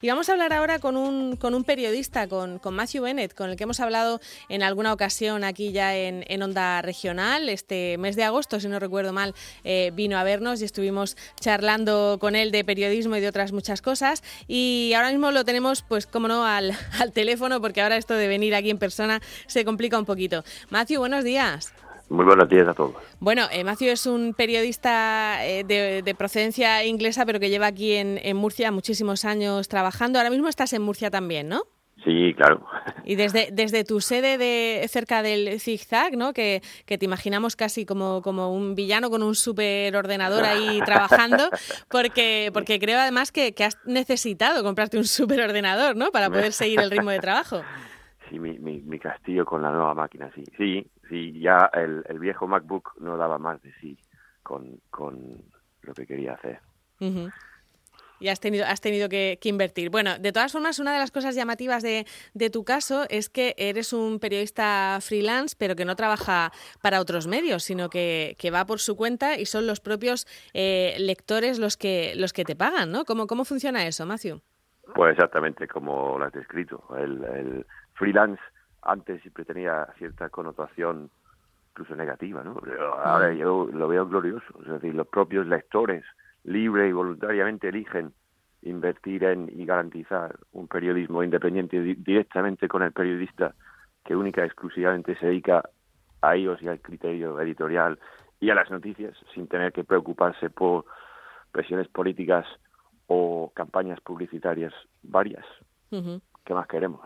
Y vamos a hablar ahora con un periodista, con Matthew Bennett, con el que hemos hablado en alguna ocasión aquí ya en Onda Regional. Este mes de agosto, si no recuerdo mal, vino a vernos y estuvimos charlando con él de periodismo y de otras muchas cosas. Y ahora mismo lo tenemos, pues, cómo no, al teléfono, porque ahora esto de venir aquí en persona se complica un poquito. Matthew, buenos días. Muy buenos días a todos. Bueno, Matthew es un periodista de procedencia inglesa, pero que lleva aquí en Murcia muchísimos años trabajando. Ahora mismo estás en Murcia también, ¿no? Sí, claro. Y desde tu sede cerca del Zigzag, ¿no? Que te imaginamos casi como un villano con un superordenador ahí trabajando, porque creo además que has necesitado comprarte un superordenador, ¿no? Para poder seguir el ritmo de trabajo. Sí, mi castillo con la nueva máquina, sí. Sí, ya el viejo MacBook no daba más de sí con lo que quería hacer. Uh-huh. Y has tenido que invertir. Bueno, de todas formas, una de las cosas llamativas de tu caso es que eres un periodista freelance, pero que no trabaja para otros medios, sino que va por su cuenta y son los propios lectores los que te pagan, ¿no? ¿Cómo funciona eso, Matthew? Pues exactamente como lo has descrito. El freelance antes siempre tenía cierta connotación incluso negativa, ¿no? Pero ahora yo lo veo glorioso. Es decir, los propios lectores libre y voluntariamente eligen invertir en y garantizar un periodismo independiente directamente con el periodista que única y exclusivamente se dedica a ellos y al criterio editorial y a las noticias, sin tener que preocuparse por presiones políticas o campañas publicitarias varias. Uh-huh. ¿Qué más queremos?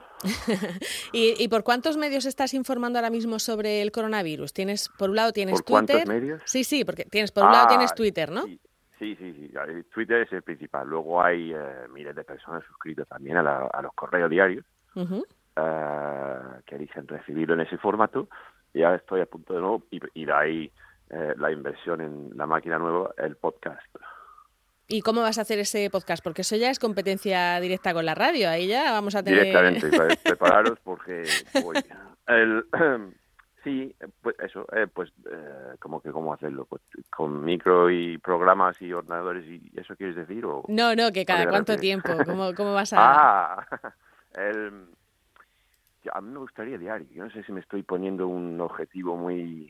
¿Y por cuántos medios estás informando ahora mismo sobre el coronavirus? Por un lado tienes ¿Por Twitter. ¿Cuántos medios? Sí, porque por un lado tienes Twitter, ¿no? Sí. Twitter es el principal. Luego hay miles de personas suscritas también a los correos diarios uh-huh. Que eligen recibirlo en ese formato. Y ahora estoy a punto de nuevo y de ahí la inversión en la máquina nueva, el podcast. ¿Y cómo vas a hacer ese podcast? Porque eso ya es competencia directa con la radio. Ahí ya vamos a tener... Directamente, prepararos porque voy. Sí, pues eso, ¿cómo hacerlo? Pues con micro y programas y ordenadores, ¿y eso quieres decir? ¿O no, que cada cuánto tiempo, ¿cómo vas a...? A mí me gustaría diario. Yo no sé si me estoy poniendo un objetivo muy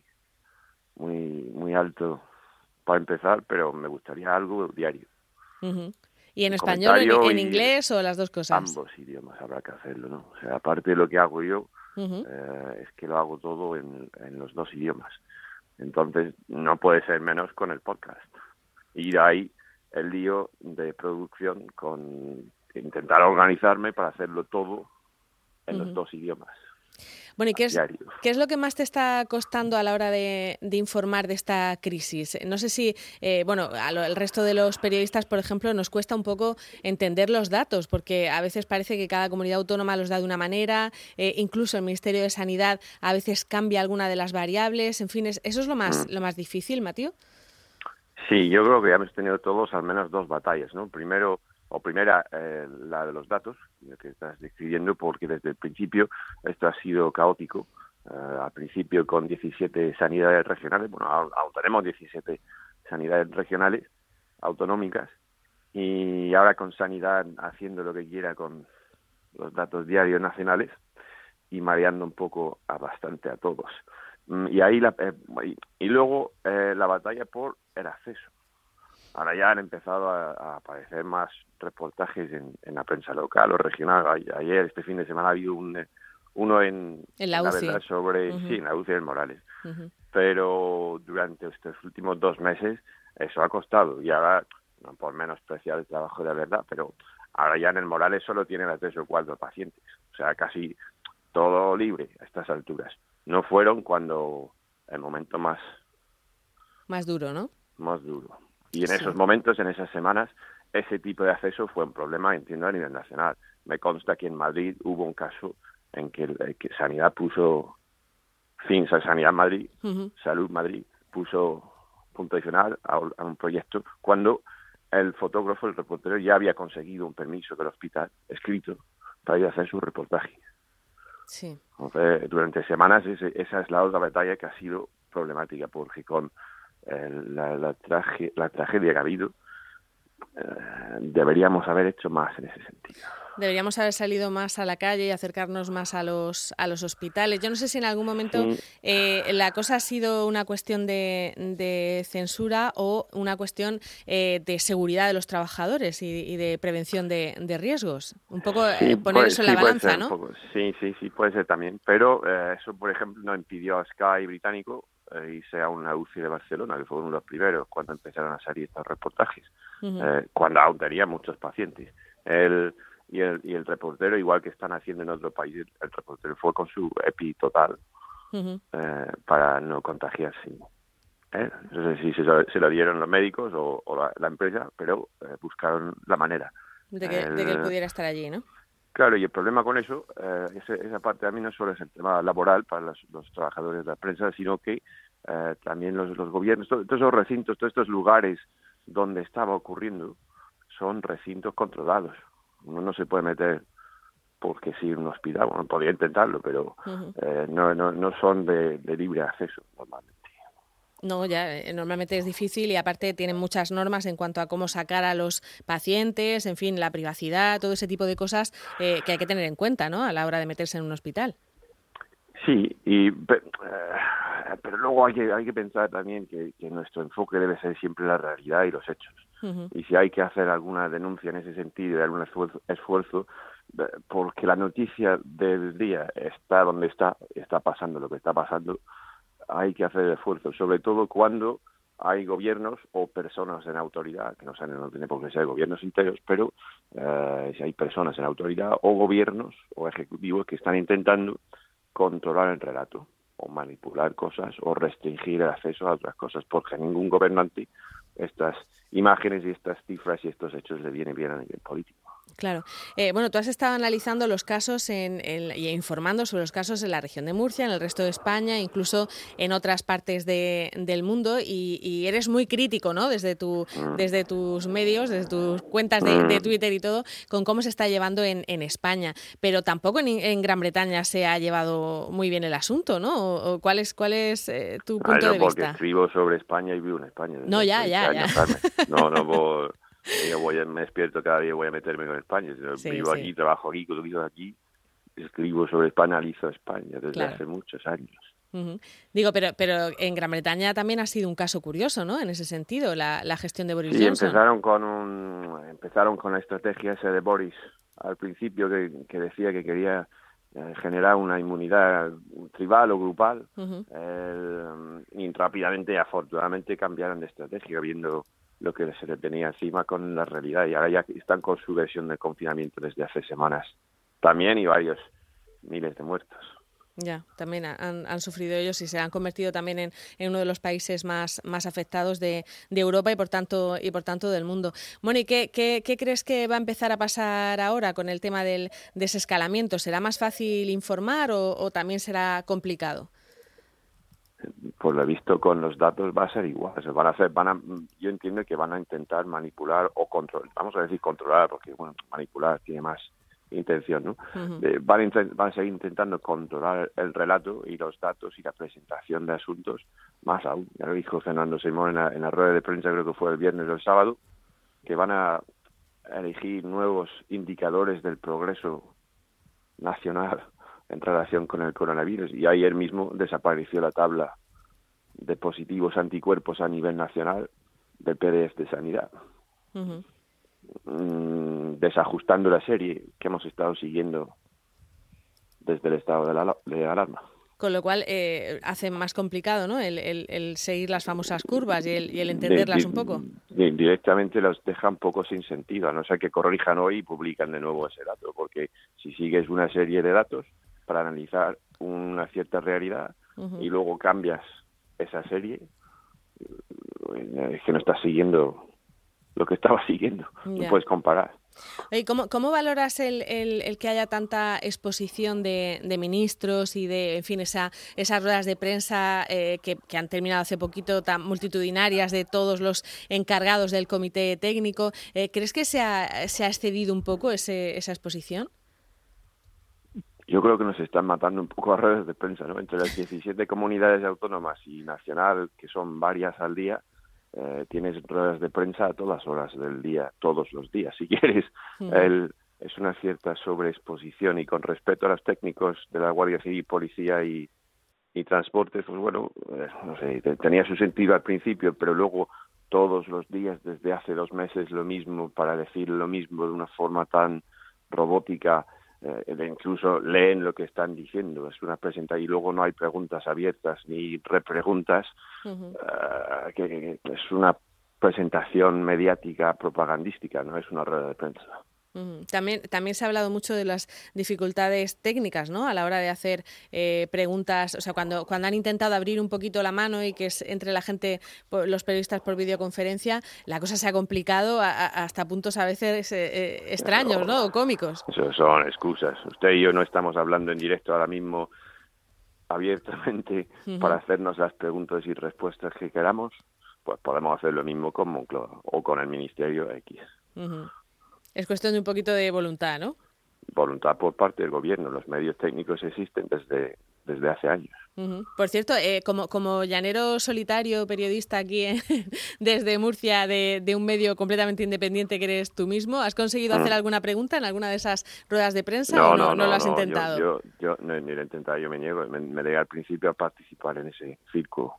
alto para empezar, pero me gustaría algo diario. Uh-huh. ¿Y en español, en inglés o las dos cosas? Ambos idiomas habrá que hacerlo, ¿no? O sea, aparte de lo que hago yo, uh-huh. Es que lo hago todo en los dos idiomas. Entonces, no puede ser menos con el podcast. Y de ahí el lío de producción con intentar organizarme para hacerlo todo en los dos idiomas. Bueno, ¿y qué es lo que más te está costando a la hora de informar de esta crisis? No sé si, al resto de los periodistas, por ejemplo, nos cuesta un poco entender los datos, porque a veces parece que cada comunidad autónoma los da de una manera, incluso el Ministerio de Sanidad a veces cambia alguna de las variables, en fin, ¿eso es lo más difícil, Matthew? Sí, yo creo que ya hemos tenido todos al menos dos batallas, ¿no? Primera, la de los datos que estás describiendo, porque desde el principio esto ha sido caótico. Al principio con 17 sanidades regionales, aún tenemos 17 sanidades regionales autonómicas, y ahora con Sanidad haciendo lo que quiera con los datos diarios nacionales y mareando un poco bastante a todos. Y ahí luego la batalla por el acceso. Ahora ya han empezado a aparecer más reportajes en la prensa local o regional. Ayer, este fin de semana, ha habido uno en la UCI. Verdad sobre... Uh-huh. Sí, en la UCI del Morales. Uh-huh. Pero durante estos últimos 2 meses eso ha costado. Y ahora, no por menospreciar el trabajo de la Verdad, pero ahora ya en el Morales solo tienen a 3 o 4 pacientes. O sea, casi todo libre a estas alturas. No fueron cuando el momento más duro, ¿no? Más duro. Y en esos momentos, en esas semanas, ese tipo de acceso fue un problema, entiendo, a nivel nacional. Me consta que en Madrid hubo un caso en que Sanidad puso fin, Sanidad Madrid, uh-huh. Salud Madrid, puso punto final a un proyecto cuando el fotógrafo, el reportero, ya había conseguido un permiso del hospital escrito para ir a hacer su reportaje. Sí. Entonces, durante semanas esa es la otra batalla que ha sido problemática, porque con la tragedia que ha habido, deberíamos haber hecho más en ese sentido. Deberíamos haber salido más a la calle y acercarnos más a los hospitales. Yo no sé si en algún momento la cosa ha sido una cuestión de censura o una cuestión de seguridad de los trabajadores y de prevención de riesgos. Un poco poner eso en la balanza, ¿no? Sí, puede ser también. Pero eso, por ejemplo, no impidió a Sky británico irse a una UCI de Barcelona, que fue uno de los primeros cuando empezaron a salir estos reportajes, cuando aún tenía muchos pacientes. Y el reportero, igual que están haciendo en otros países, el reportero fue con su EPI total para no contagiarse. No sé si se lo dieron los médicos o la empresa, pero buscaron la manera. De que él pudiera estar allí, ¿no? Claro, y el problema con eso, esa parte a mí no solo es el tema laboral para los trabajadores de la prensa, sino que también los gobiernos, todos esos recintos, todos estos lugares donde estaba ocurriendo, son recintos controlados. Uno no se puede meter porque sí en un hospital, bueno, podría intentarlo, pero no son de libre acceso normalmente. No, ya normalmente es difícil y aparte tienen muchas normas en cuanto a cómo sacar a los pacientes, en fin, la privacidad, todo ese tipo de cosas que hay que tener en cuenta, ¿no? A la hora de meterse en un hospital. Sí, pero luego hay que pensar también que nuestro enfoque debe ser siempre la realidad y los hechos. Y si hay que hacer alguna denuncia en ese sentido y algún esfuerzo, porque la noticia del día está donde está pasando lo que está pasando, hay que hacer el esfuerzo, sobre todo cuando hay gobiernos o personas en autoridad, que no tiene por qué ser gobiernos enteros, pero si hay personas en autoridad o gobiernos o ejecutivos que están intentando controlar el relato o manipular cosas o restringir el acceso a otras cosas, porque a ningún gobernante estas imágenes y estas cifras y estos hechos le vienen bien a nivel político. Claro. Bueno, tú has estado analizando los casos y informando sobre los casos en la región de Murcia, en el resto de España, incluso en otras partes del mundo, y eres muy crítico, ¿no? Desde tus medios, desde tus cuentas de Twitter y todo, con cómo se está llevando en España. Pero tampoco en Gran Bretaña se ha llevado muy bien el asunto, ¿no? ¿O cuál es tu punto de vista? Porque escribo sobre España y vivo en España. No, ya. No, yo me despierto cada día, voy a meterme con España. Vivo aquí, trabajo aquí, vivo aquí, escribo sobre España, analizo España desde hace muchos años. Digo, pero en Gran Bretaña también ha sido un caso curioso, ¿no? En ese sentido, la gestión de Boris Johnson. Empezaron con la estrategia esa de Boris al principio que decía que quería generar una inmunidad tribal o grupal y rápidamente, afortunadamente, cambiaron de estrategia viendo lo que se le tenía encima con la realidad, y ahora ya están con su versión de confinamiento desde hace semanas también, y varios miles de muertos. Ya, también han sufrido ellos y se han convertido también en uno de los países más afectados de Europa y por tanto del mundo. Bueno, ¿y qué crees que va a empezar a pasar ahora con el tema del desescalamiento? ¿Será más fácil informar o también será complicado? Por lo visto con los datos va a ser igual. Yo entiendo que van a intentar manipular o controlar, vamos a decir controlar, porque manipular tiene más intención, ¿no? Van a seguir intentando controlar el relato y los datos y la presentación de asuntos más aún. Ya lo dijo Fernando Simón en la rueda de prensa, creo que fue el viernes o el sábado, que van a elegir nuevos indicadores del progreso nacional en relación con el coronavirus, y ayer mismo desapareció la tabla de positivos anticuerpos a nivel nacional del PDF de Sanidad, desajustando la serie que hemos estado siguiendo desde el estado de alarma. Con lo cual hace más complicado, ¿no? El seguir las famosas curvas y el entenderlas un poco. Directamente los deja un poco sin sentido, a no ser que corrijan hoy y publican de nuevo ese dato, porque si sigues una serie de datos para analizar una cierta realidad y luego cambias esa serie, es que no estás siguiendo lo que estabas siguiendo, no puedes comparar. Oye, ¿cómo valoras el que haya tanta exposición de ministros y de, en fin, esas ruedas de prensa que han terminado hace poquito, tan multitudinarias, de todos los encargados del comité técnico? ¿Crees que se ha excedido un poco esa exposición? Yo creo que nos están matando un poco a redes de prensa, ¿no? Entre las 17 comunidades autónomas y nacional, que son varias al día, tienes ruedas de prensa a todas horas del día, todos los días, si quieres. Es una cierta sobreexposición, y con respecto a los técnicos de la Guardia Civil, Policía y Transportes, pues bueno, no sé, tenía su sentido al principio, pero luego todos los días desde hace 2 meses lo mismo, para decir lo mismo de una forma tan robótica, incluso leen lo que están diciendo, es una presentación y luego no hay preguntas abiertas ni repreguntas, que es una presentación mediática propagandística, no es una rueda de prensa. También se ha hablado mucho de las dificultades técnicas, ¿no?, a la hora de hacer preguntas, o sea, cuando han intentado abrir un poquito la mano y que es entre la gente, los periodistas por videoconferencia, la cosa se ha complicado hasta puntos a veces extraños, ¿no?, o cómicos. Eso son excusas. Usted y yo no estamos hablando en directo ahora mismo abiertamente para hacernos las preguntas y respuestas que queramos, pues podemos hacer lo mismo con Moncloa o con el Ministerio X. Es cuestión de un poquito de voluntad, ¿no? Voluntad por parte del gobierno. Los medios técnicos existen desde hace años. Por cierto, como llanero solitario, periodista aquí desde Murcia, de un medio completamente independiente que eres tú mismo, ¿has conseguido hacer alguna pregunta en alguna de esas ruedas de prensa o no lo has intentado? Yo no, ni lo he intentado, yo me niego. Me negué al principio a participar en ese circo.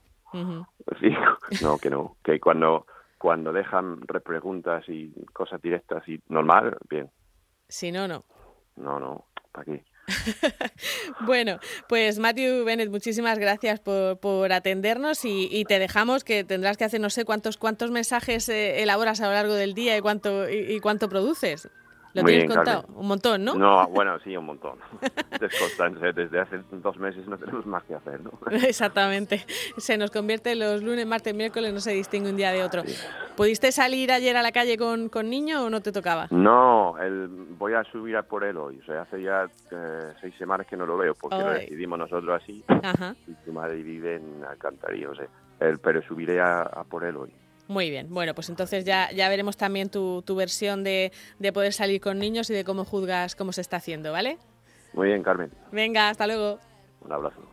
Que cuando dejan repreguntas y cosas directas y normal, bien. Si no, no. No, ¿para qué? Bueno, pues Matthew Bennett, muchísimas gracias por atendernos y te dejamos, que tendrás que hacer no sé cuántos mensajes elaboras a lo largo del día y cuánto produces. ¿Lo Muy tienes bien, contado? Carmen. Un montón, ¿no? No, bueno, sí, un montón. Desde hace 2 meses no tenemos más que hacer, ¿no? Exactamente. Se nos convierte los lunes, martes, miércoles, no se distingue un día de otro. Sí. ¿Pudiste salir ayer a la calle con niño o no te tocaba? No, voy a subir a por él hoy. O sea, hace ya 6 semanas que no lo veo, porque lo decidimos nosotros así. Ajá. Y su madre vive en Alcantarilla, o sea, pero subiré a por él hoy. Muy bien, bueno, pues entonces ya veremos también tu versión de poder salir con niños y de cómo juzgas cómo se está haciendo, ¿vale? Muy bien, Carmen. Venga, hasta luego. Un abrazo.